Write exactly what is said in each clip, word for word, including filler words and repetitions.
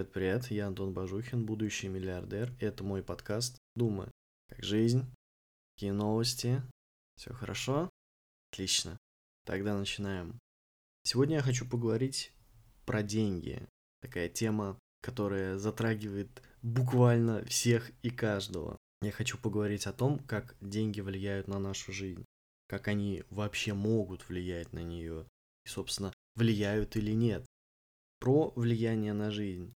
Привет-привет, я Антон Бажухин, будущий миллиардер. Это мой подкаст «Думаю». Как жизнь? Какие новости? Все хорошо? Отлично. Тогда начинаем. Сегодня я хочу поговорить про деньги. Такая тема, которая затрагивает буквально всех и каждого. Я хочу поговорить о том, как деньги влияют на нашу жизнь, как они вообще могут влиять на нее, и, собственно, влияют или нет. Про влияние на жизнь.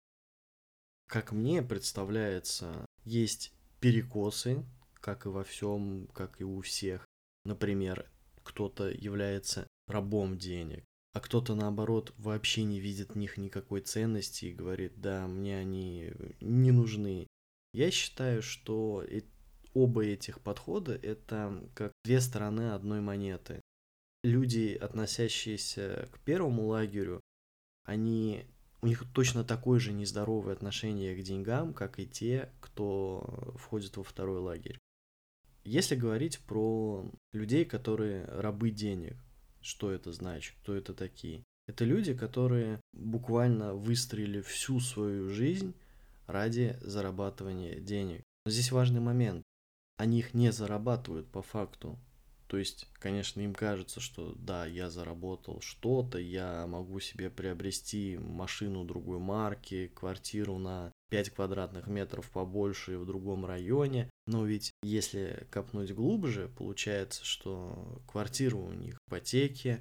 Как мне представляется, есть перекосы, как и во всем, как и у всех. Например, кто-то является рабом денег, а кто-то, наоборот, вообще не видит в них никакой ценности и говорит, да, мне они не нужны. Я считаю, что э- оба этих подхода – это как две стороны одной монеты. Люди, относящиеся к первому лагерю, они, у них точно такое же нездоровое отношение к деньгам, как и те, кто входит во второй лагерь. Если говорить про людей, которые рабы денег, что это значит, кто это такие? Это люди, которые буквально выстроили всю свою жизнь ради зарабатывания денег. Но здесь важный момент. Они их не зарабатывают по факту. То есть, конечно, им кажется, что да, я заработал что-то, я могу себе приобрести машину другой марки, квартиру на пять квадратных метров побольше в другом районе. Но ведь если копнуть глубже, получается, что квартира у них в ипотеке,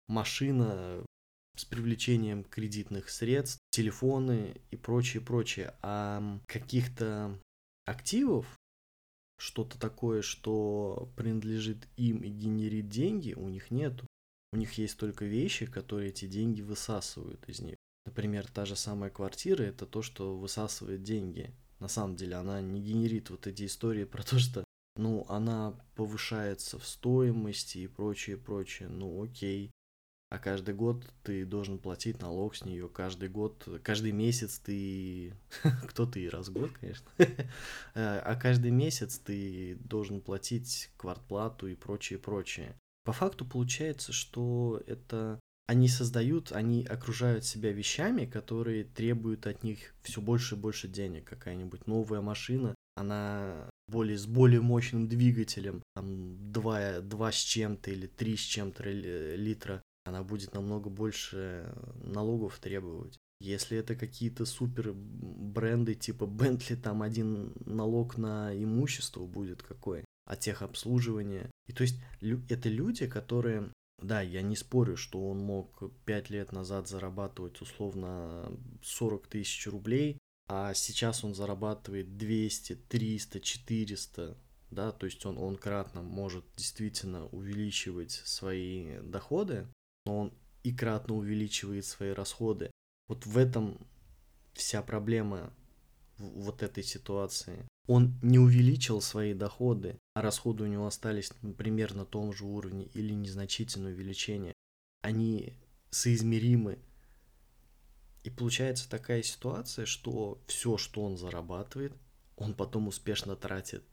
машина с привлечением кредитных средств, телефоны и прочее, прочее. А каких-то активов, что-то такое, что принадлежит им и генерит деньги, у них нету. У них есть только вещи, которые эти деньги высасывают из них. Например, та же самая квартира – это то, что высасывает деньги. На самом деле она не генерит вот эти истории про то, что ну, она повышается в стоимости и прочее, прочее. Ну, окей. А каждый год ты должен платить налог с нее. Каждый год, каждый месяц ты... Кто-то и раз в год, конечно. А каждый месяц ты должен платить квартплату и прочее, прочее. По факту получается, что это... Они создают, они окружают себя вещами, которые требуют от них все больше и больше денег. Какая-нибудь новая машина, она более, с более мощным двигателем, там два, два с чем-то или три с чем-то литра, она будет намного больше налогов требовать. Если это какие-то супер бренды типа Bentley, там один налог на имущество будет какой, а техобслуживание. И то есть это люди, которые... Да, я не спорю, что он мог пять лет назад зарабатывать условно сорок тысяч рублей, а сейчас он зарабатывает двести, триста, четыреста, да, то есть он, он кратно может действительно увеличивать свои доходы, но он и кратно увеличивает свои расходы. Вот в этом вся проблема вот этой ситуации. Он не увеличил свои доходы, а расходы у него остались примерно на том же уровне или незначительное увеличение. Они соизмеримы. И получается такая ситуация, что все, что он зарабатывает, он потом успешно тратит.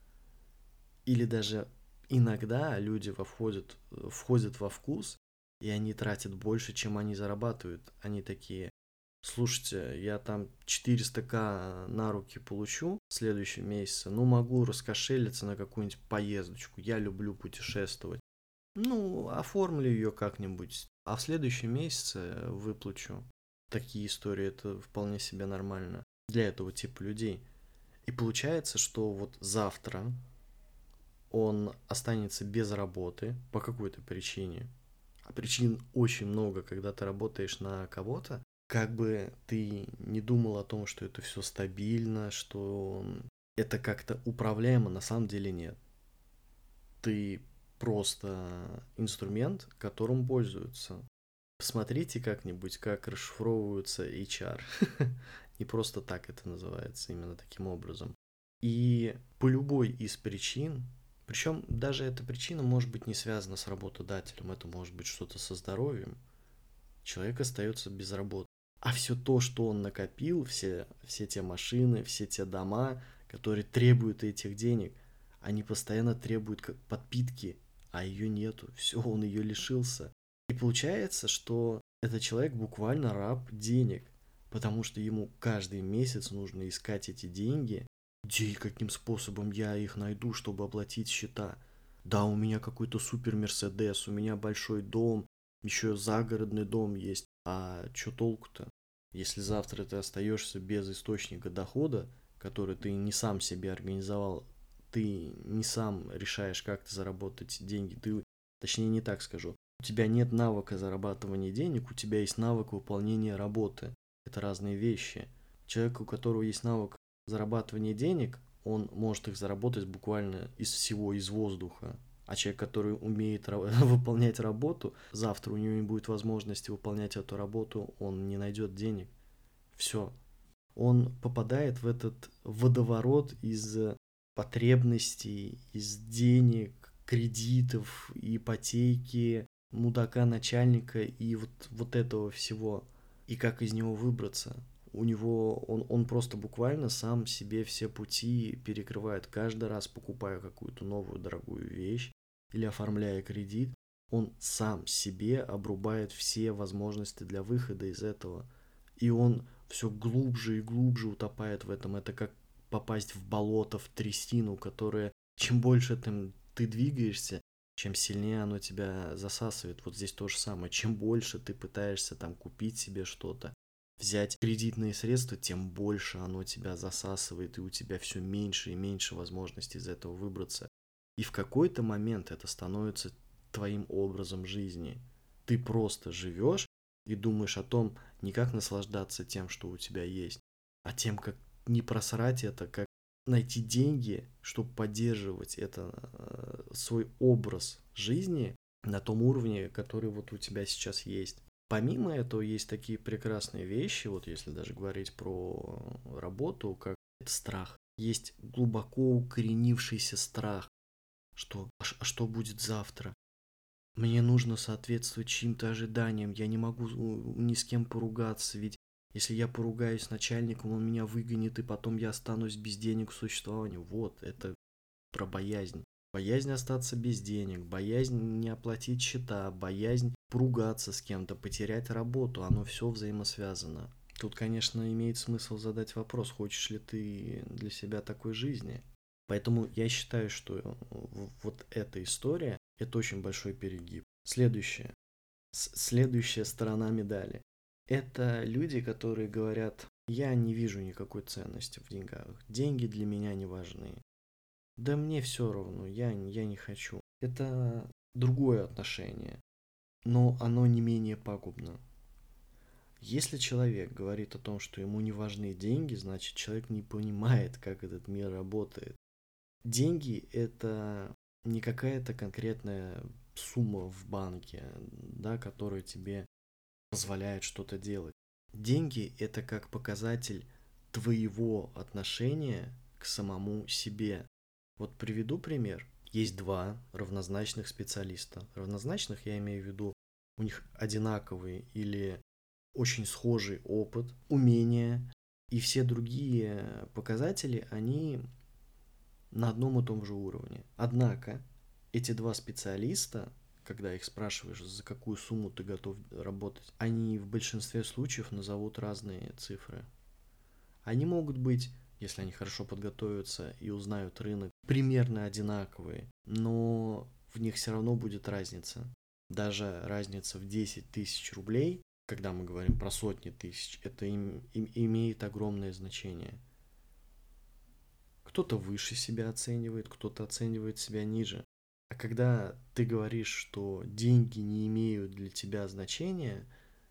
Или даже иногда люди входят, входят во вкус, и они тратят больше, чем они зарабатывают. Они такие: слушайте, я там четыреста тысяч на руки получу в следующем месяце, ну могу раскошелиться на какую-нибудь поездочку, я люблю путешествовать. Ну, оформлю ее как-нибудь, а в следующем месяце выплачу. Такие истории, это вполне себе нормально для этого типа людей. И получается, что вот завтра он останется без работы по какой-то причине. А причин очень много, когда ты работаешь на кого-то. Как бы ты не думал о том, что это все стабильно, что это как-то управляемо, на самом деле нет. Ты просто инструмент, которым пользуются. Посмотрите как-нибудь, как расшифровываются эйч ар. Не просто так это называется, именно таким образом. И по любой из причин, причем даже эта причина может быть не связана с работодателем, это может быть что-то со здоровьем, человек остается без работы. А все то, что он накопил, все, все те машины, все те дома, которые требуют этих денег, они постоянно требуют как подпитки, а ее нету. Все, он ее лишился. И получается, что этот человек буквально раб денег. потому что ему каждый месяц нужно искать эти деньги. Где и каким способом я их найду, чтобы оплатить счета? Да, у меня какой-то супер Мерседес, у меня большой дом, еще загородный дом есть. А что толку-то? Если завтра ты остаешься без источника дохода, который ты не сам себе организовал, ты не сам решаешь, как ты заработать деньги, ты, точнее не так скажу, у тебя нет навыка зарабатывания денег, у тебя есть навык выполнения работы. Это разные вещи. Человек, у которого есть навык зарабатывания денег, он может их заработать буквально из всего, из воздуха. А человек, который умеет выполнять работу, завтра у него не будет возможности выполнять эту работу, он не найдет денег. Все. Он попадает в этот водоворот из потребностей, из денег, кредитов, ипотеки, мудака начальника и вот, вот этого всего. И как из него выбраться? У него, он, он просто буквально сам себе все пути перекрывает. Каждый раз, покупая какую-то новую дорогую вещь или оформляя кредит, он сам себе обрубает все возможности для выхода из этого. И он все глубже и глубже утопает в этом. Это как попасть в болото, в трясину, которая, чем больше ты, ты двигаешься, чем сильнее оно тебя засасывает. Вот здесь то же самое. Чем больше ты пытаешься там купить себе что-то, взять кредитные средства, тем больше оно тебя засасывает, и у тебя все меньше и меньше возможностей из этого выбраться. И в какой-то момент это становится твоим образом жизни. Ты просто живешь и думаешь о том, не как наслаждаться тем, что у тебя есть, а тем, как не просрать это, как найти деньги, чтобы поддерживать это, свой образ жизни на том уровне, который вот у тебя сейчас есть. Помимо этого есть такие прекрасные вещи, вот если даже говорить про работу, как страх. Есть глубоко укоренившийся страх, что а что будет завтра? Мне нужно соответствовать чьим-то ожиданиям, я не могу ни с кем поругаться, ведь если я поругаюсь с начальником, он меня выгонит, и потом я останусь без денег к существованию. Вот, это про боязнь. Боязнь остаться без денег, боязнь не оплатить счета, боязнь поругаться с кем-то, потерять работу. Оно все взаимосвязано. Тут, конечно, имеет смысл задать вопрос, хочешь ли ты для себя такой жизни. Поэтому я считаю, что вот эта история – это очень большой перегиб. Следующее. Следующая сторона медали. Это люди, которые говорят, я не вижу никакой ценности в деньгах, деньги для меня не важны. Да мне все равно, я, я не хочу. Это другое отношение, но оно не менее пагубно. Если человек говорит о том, что ему не важны деньги, значит человек не понимает, как этот мир работает. Деньги – это не какая-то конкретная сумма в банке, да, которая тебе позволяет что-то делать. Деньги – это как показатель твоего отношения к самому себе. Вот приведу пример. Есть два равнозначных специалиста. Равнозначных я имею в виду, у них одинаковый или очень схожий опыт, умения и все другие показатели, они на одном и том же уровне. Однако эти два специалиста, когда их спрашиваешь, за какую сумму ты готов работать, они в большинстве случаев назовут разные цифры. Они могут быть, если они хорошо подготовятся и узнают рынок, примерно одинаковые, но в них все равно будет разница. Даже разница в десять тысяч рублей, когда мы говорим про сотни тысяч, это им, им, имеет огромное значение. Кто-то выше себя оценивает, кто-то оценивает себя ниже. А когда ты говоришь, что деньги не имеют для тебя значения,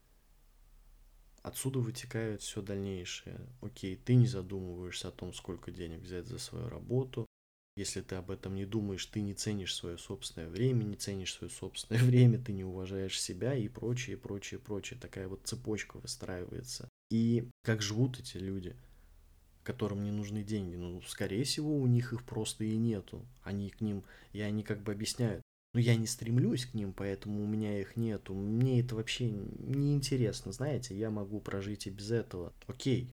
отсюда вытекает все дальнейшее. Окей, ты не задумываешься о том, сколько денег взять за свою работу. Если ты об этом не думаешь, ты не ценишь свое собственное время, не ценишь свое собственное время, ты не уважаешь себя и прочее, прочее, прочее. Такая вот цепочка выстраивается. И как живут эти люди, которым не нужны деньги? Ну, скорее всего, у них их просто и нету. Они к ним, и они как бы объясняют. Но я не стремлюсь к ним, поэтому у меня их нету. Мне это вообще не интересно, знаете, я могу прожить и без этого. Окей.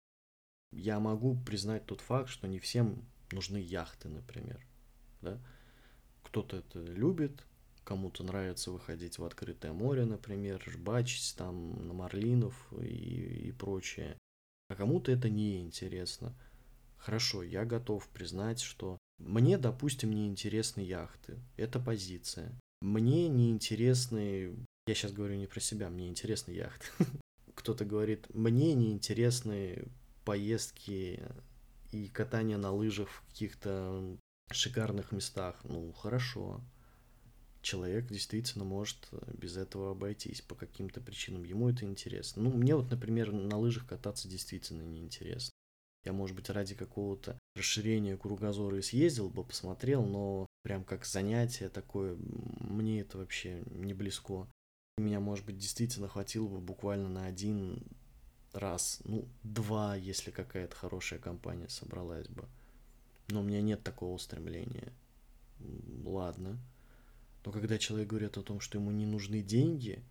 Я могу признать тот факт, что не всем нужны яхты, например. Да? Кто-то это любит, Кому-то нравится выходить в открытое море, например, рыбачить там на марлинов и, и прочее. А кому-то это не интересно. Хорошо, я готов признать, что мне, допустим, не интересны яхты. Это позиция. Мне не интересны... Я сейчас говорю не про себя, мне интересны яхты. Кто-то говорит, мне не интересны поездки и катание на лыжах в каких-то шикарных местах. Ну, хорошо. Человек действительно может без этого обойтись по каким-то причинам. Ему это интересно. Ну, мне вот, например, на лыжах кататься действительно неинтересно. Я, может быть, ради какого-то расширения кругозора и съездил бы, посмотрел, но прям как занятие такое, мне это вообще не близко. Меня, может быть, действительно хватило бы буквально на один раз, ну, два, если какая-то хорошая компания собралась бы. Но у меня нет такого стремления. Ладно. Но когда человек говорит о том, что ему не нужны деньги,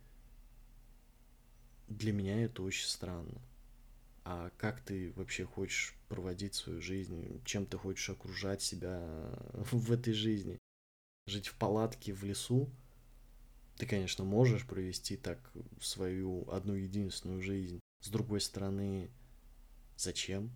для меня это очень странно. А как ты вообще хочешь проводить свою жизнь? Чем ты хочешь окружать себя в этой жизни? Жить в палатке в лесу? Ты, конечно, можешь провести так свою одну единственную жизнь. С другой стороны, зачем?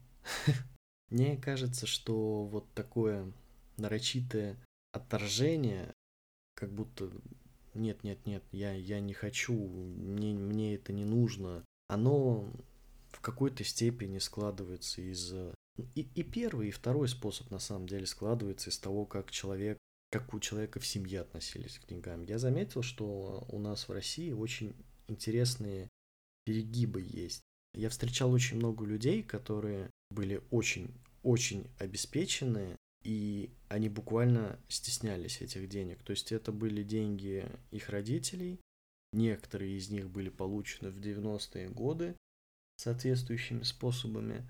Мне кажется, что вот такое нарочитое отторжение, как будто нет, нет, нет, я, я не хочу, мне, мне это не нужно, оно в какой-то степени складывается из... И, и первый, и второй способ на самом деле складывается из того, как человек, как у человека в семье относились к деньгам. Я заметил, что у нас в России очень интересные перегибы есть. Я встречал очень много людей, которые были очень-очень обеспеченные, и они буквально стеснялись этих денег. То есть это были деньги их родителей, некоторые из них были получены в девяностые годы соответствующими способами,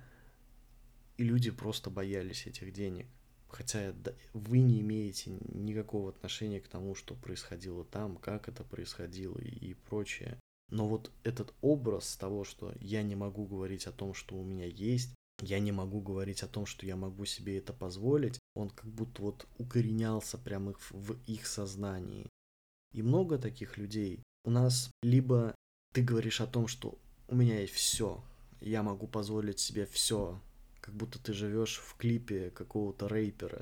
и люди просто боялись этих денег. Хотя вы не имеете никакого отношения к тому, что происходило там, как это происходило и прочее. Но вот этот образ того, что я не могу говорить о том, что у меня есть, я не могу говорить о том, что я могу себе это позволить, он как будто вот укоренялся прямо в их сознании. И много таких людей. У нас либо ты говоришь о том, что у меня есть все, я могу позволить себе все, как будто ты живешь в клипе какого-то рэпера,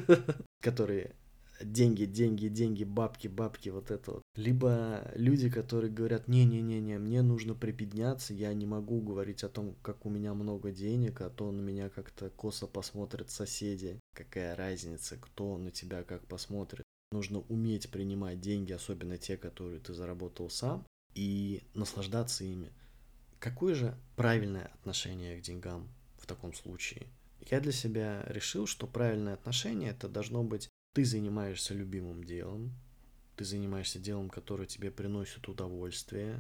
который деньги, деньги, деньги, бабки, бабки, вот это вот. Либо люди, которые говорят, не-не-не-не, мне нужно приподняться, я не могу говорить о том, как у меня много денег, а то на меня как-то косо посмотрят соседи. Какая разница, кто на тебя как посмотрит. Нужно уметь принимать деньги, особенно те, которые ты заработал сам, и наслаждаться ими. Какое же правильное отношение к деньгам в таком случае? Я для себя решил, что правильное отношение это должно быть: ты занимаешься любимым делом, ты занимаешься делом, которое тебе приносит удовольствие,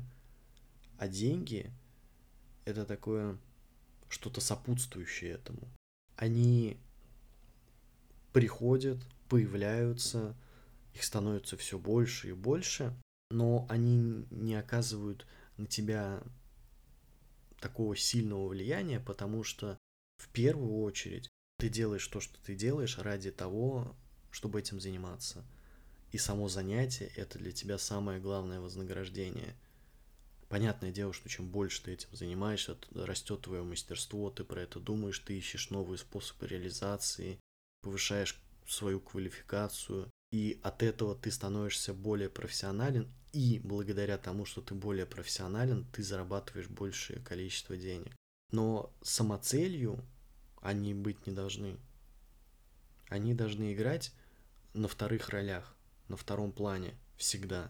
а деньги это такое что-то сопутствующее этому. Они приходят, появляются, их становится все больше и больше, но они не оказывают на тебя такого сильного влияния, потому что в первую очередь ты делаешь то, что ты делаешь ради того, чтобы этим заниматься. И само занятие – это для тебя самое главное вознаграждение. Понятное дело, что чем больше ты этим занимаешься, растет твое мастерство, ты про это думаешь, ты ищешь новые способы реализации, повышаешь свою квалификацию, и от этого ты становишься более профессионален, и благодаря тому, что ты более профессионален, ты зарабатываешь большее количество денег. Но самоцелью они быть не должны. Они должны играть на вторых ролях, на втором плане, всегда.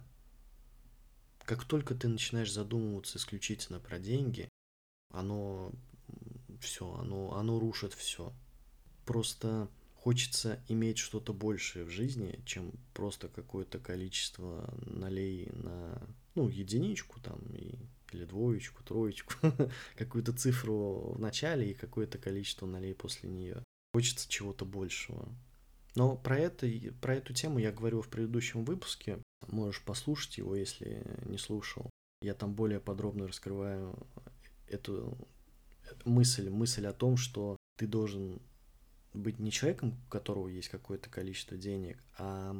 Как только ты начинаешь задумываться исключительно про деньги, оно все, оно, оно рушит все. Просто хочется иметь что-то большее в жизни, чем просто какое-то количество налей на, ну, единичку там, и, или двоечку, троечку, какую-то цифру в начале и какое-то количество налей после нее. Хочется чего-то большего. Но про это, про эту тему я говорил в предыдущем выпуске. Можешь послушать его, если не слушал. Я там более подробно раскрываю эту, эту мысль, мысль о том, что ты должен быть не человеком, у которого есть какое-то количество денег, а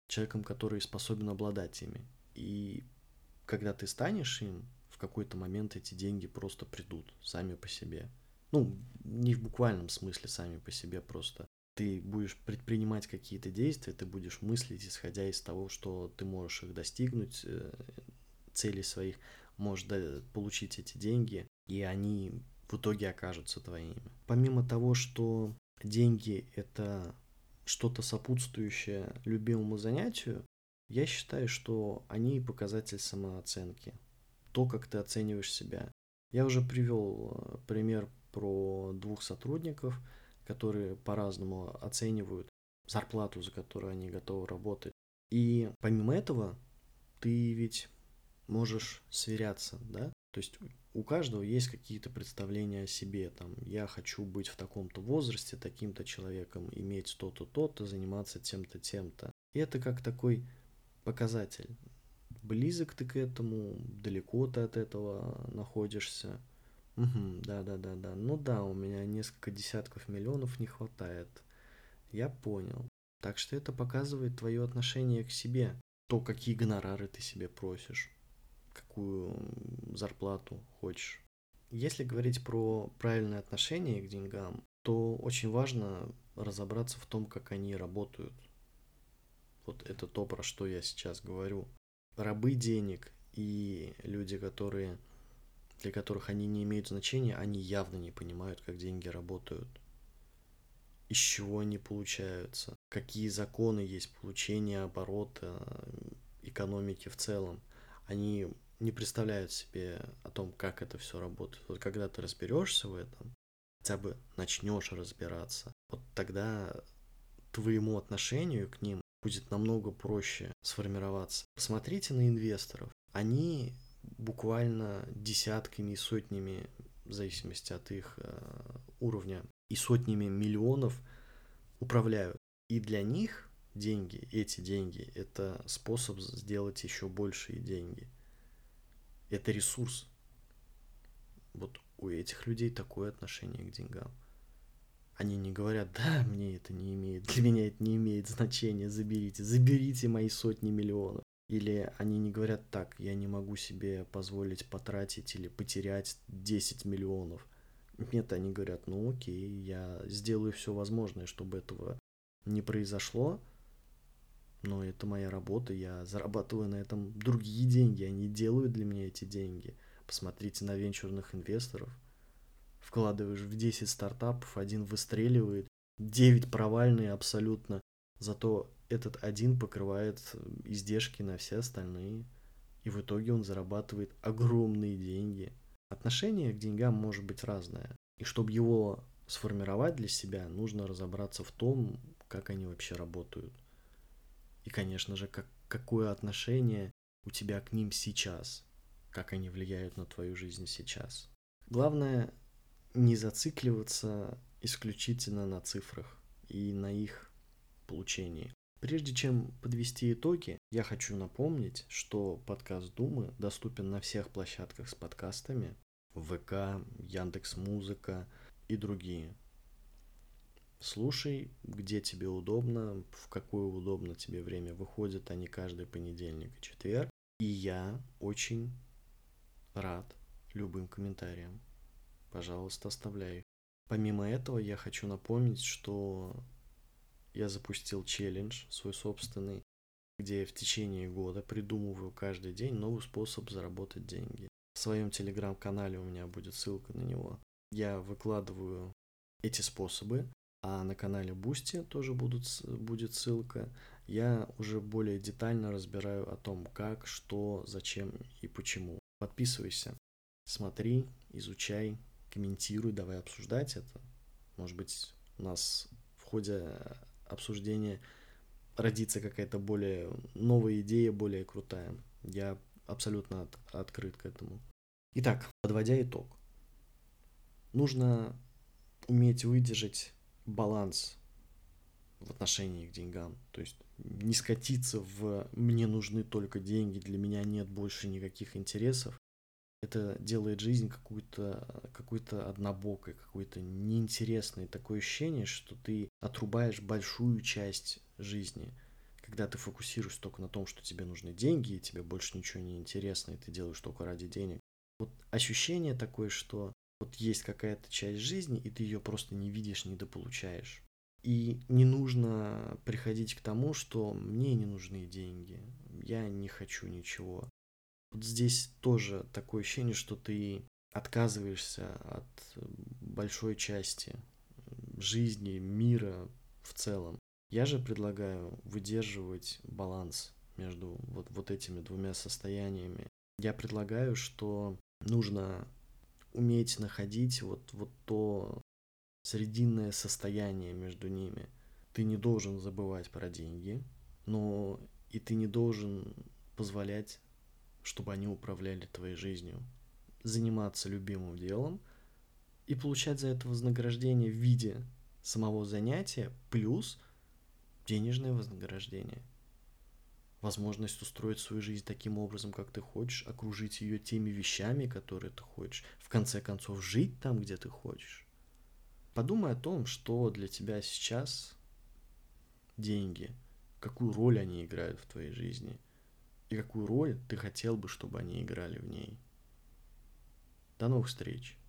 человеком, который способен обладать ими. И когда ты станешь им, в какой-то момент эти деньги просто придут сами по себе. Ну, не в буквальном смысле сами по себе просто. Ты будешь предпринимать какие-то действия, ты будешь мыслить, исходя из того, что ты можешь их достигнуть, целей своих, можешь получить эти деньги, и они в итоге окажутся твоими. Помимо того, что деньги – это что-то сопутствующее любимому занятию, я считаю, что они показатель самооценки. То, как ты оцениваешь себя. Я уже привел пример про двух сотрудников, которые по-разному оценивают зарплату, за которую они готовы работать. И помимо этого, ты ведь можешь сверяться, да? То есть у каждого есть какие-то представления о себе. Там, я хочу быть в таком-то возрасте, таким-то человеком, иметь то-то, то-то, заниматься тем-то, тем-то. И это как такой показатель. Близок ты к этому, далеко ты от этого находишься. Угу, да-да-да-да. Ну да, у меня несколько десятков миллионов не хватает. Я понял. Так что это показывает твое отношение к себе. То, какие гонорары ты себе просишь, какую зарплату хочешь. Если говорить про правильное отношение к деньгам, то очень важно разобраться в том, как они работают. Вот это то, про что я сейчас говорю. Рабы денег и люди, которые, для которых они не имеют значения, они явно не понимают, как деньги работают. Из чего они получаются, какие законы есть получения оборота, экономики в целом. Они не представляют себе о том, как это все работает. Вот когда ты разберешься в этом, хотя бы начнешь разбираться, вот тогда твоему отношению к ним будет намного проще сформироваться. Посмотрите на инвесторов. Они буквально десятками и сотнями, в зависимости от их э, уровня, и сотнями миллионов управляют. И для них деньги, эти деньги, это способ сделать еще большие деньги. Это ресурс. Вот у этих людей такое отношение к деньгам. Они не говорят, да, мне это не имеет, для меня это не имеет значения, заберите, заберите мои сотни миллионов. Или они не говорят так, я не могу себе позволить потратить или потерять десять миллионов. Нет, они говорят, ну окей, я сделаю все возможное, чтобы этого не произошло, но это моя работа, я зарабатываю на этом другие деньги, они делают для меня эти деньги. Посмотрите на венчурных инвесторов. Вкладываешь в десять стартапов, один выстреливает, девять провальные абсолютно, зато этот один покрывает издержки на все остальные, и в итоге он зарабатывает огромные деньги. Отношение к деньгам может быть разное, и чтобы его сформировать для себя, нужно разобраться в том, как они вообще работают. И, конечно же, как, какое отношение у тебя к ним сейчас, как они влияют на твою жизнь сейчас. Главное не зацикливаться исключительно на цифрах и на их получении. Прежде чем подвести итоги, я хочу напомнить, что подкаст Думы доступен на всех площадках с подкастами: ВК, Яндекс.Музыка и другие. Слушай, где тебе удобно, в какое удобно тебе время. Выходят они каждый понедельник и четверг. И я очень рад любым комментариям. Пожалуйста, оставляй их. Помимо этого, я хочу напомнить, что я запустил челлендж свой собственный, где я в течение года придумываю каждый день новый способ заработать деньги. В своем телеграм-канале у меня будет ссылка на него. Я выкладываю эти способы, а на канале Boosty тоже будут, будет ссылка. Я уже более детально разбираю о том, как, что, зачем и почему. Подписывайся, смотри, изучай, комментируй, давай обсуждать это. Может быть, у нас в ходе обсуждения родится какая-то более новая идея, более крутая. Я абсолютно от, открыт к этому. Итак, подводя итог. Нужно уметь выдержать баланс в отношении к деньгам. То есть не скатиться в «мне нужны только деньги, для меня нет больше никаких интересов». Это делает жизнь какой-то, какой-то однобокой, какой-то неинтересной. Такое ощущение, что ты отрубаешь большую часть жизни. когда ты фокусируешься только на том, что тебе нужны деньги, и тебе больше ничего не интересно, и ты делаешь только ради денег. Вот ощущение такое, что вот есть какая-то часть жизни, и ты ее просто не видишь, недополучаешь. И не нужно приходить к тому, что мне не нужны деньги, я не хочу ничего. Вот здесь тоже такое ощущение, что ты отказываешься от большой части жизни, мира в целом. Я же предлагаю выдерживать баланс между вот, вот этими двумя состояниями. Я предлагаю, что нужно уметь находить вот, вот то срединное состояние между ними. Ты не должен забывать про деньги, но и ты не должен позволять, чтобы они управляли твоей жизнью. Заниматься любимым делом и получать за это вознаграждение в виде самого занятия плюс денежное вознаграждение. Возможность устроить свою жизнь таким образом, как ты хочешь, окружить ее теми вещами, которые ты хочешь, в конце концов жить там, где ты хочешь. Подумай о том, что для тебя сейчас деньги, какую роль они играют в твоей жизни, и какую роль ты хотел бы, чтобы они играли в ней. До новых встреч!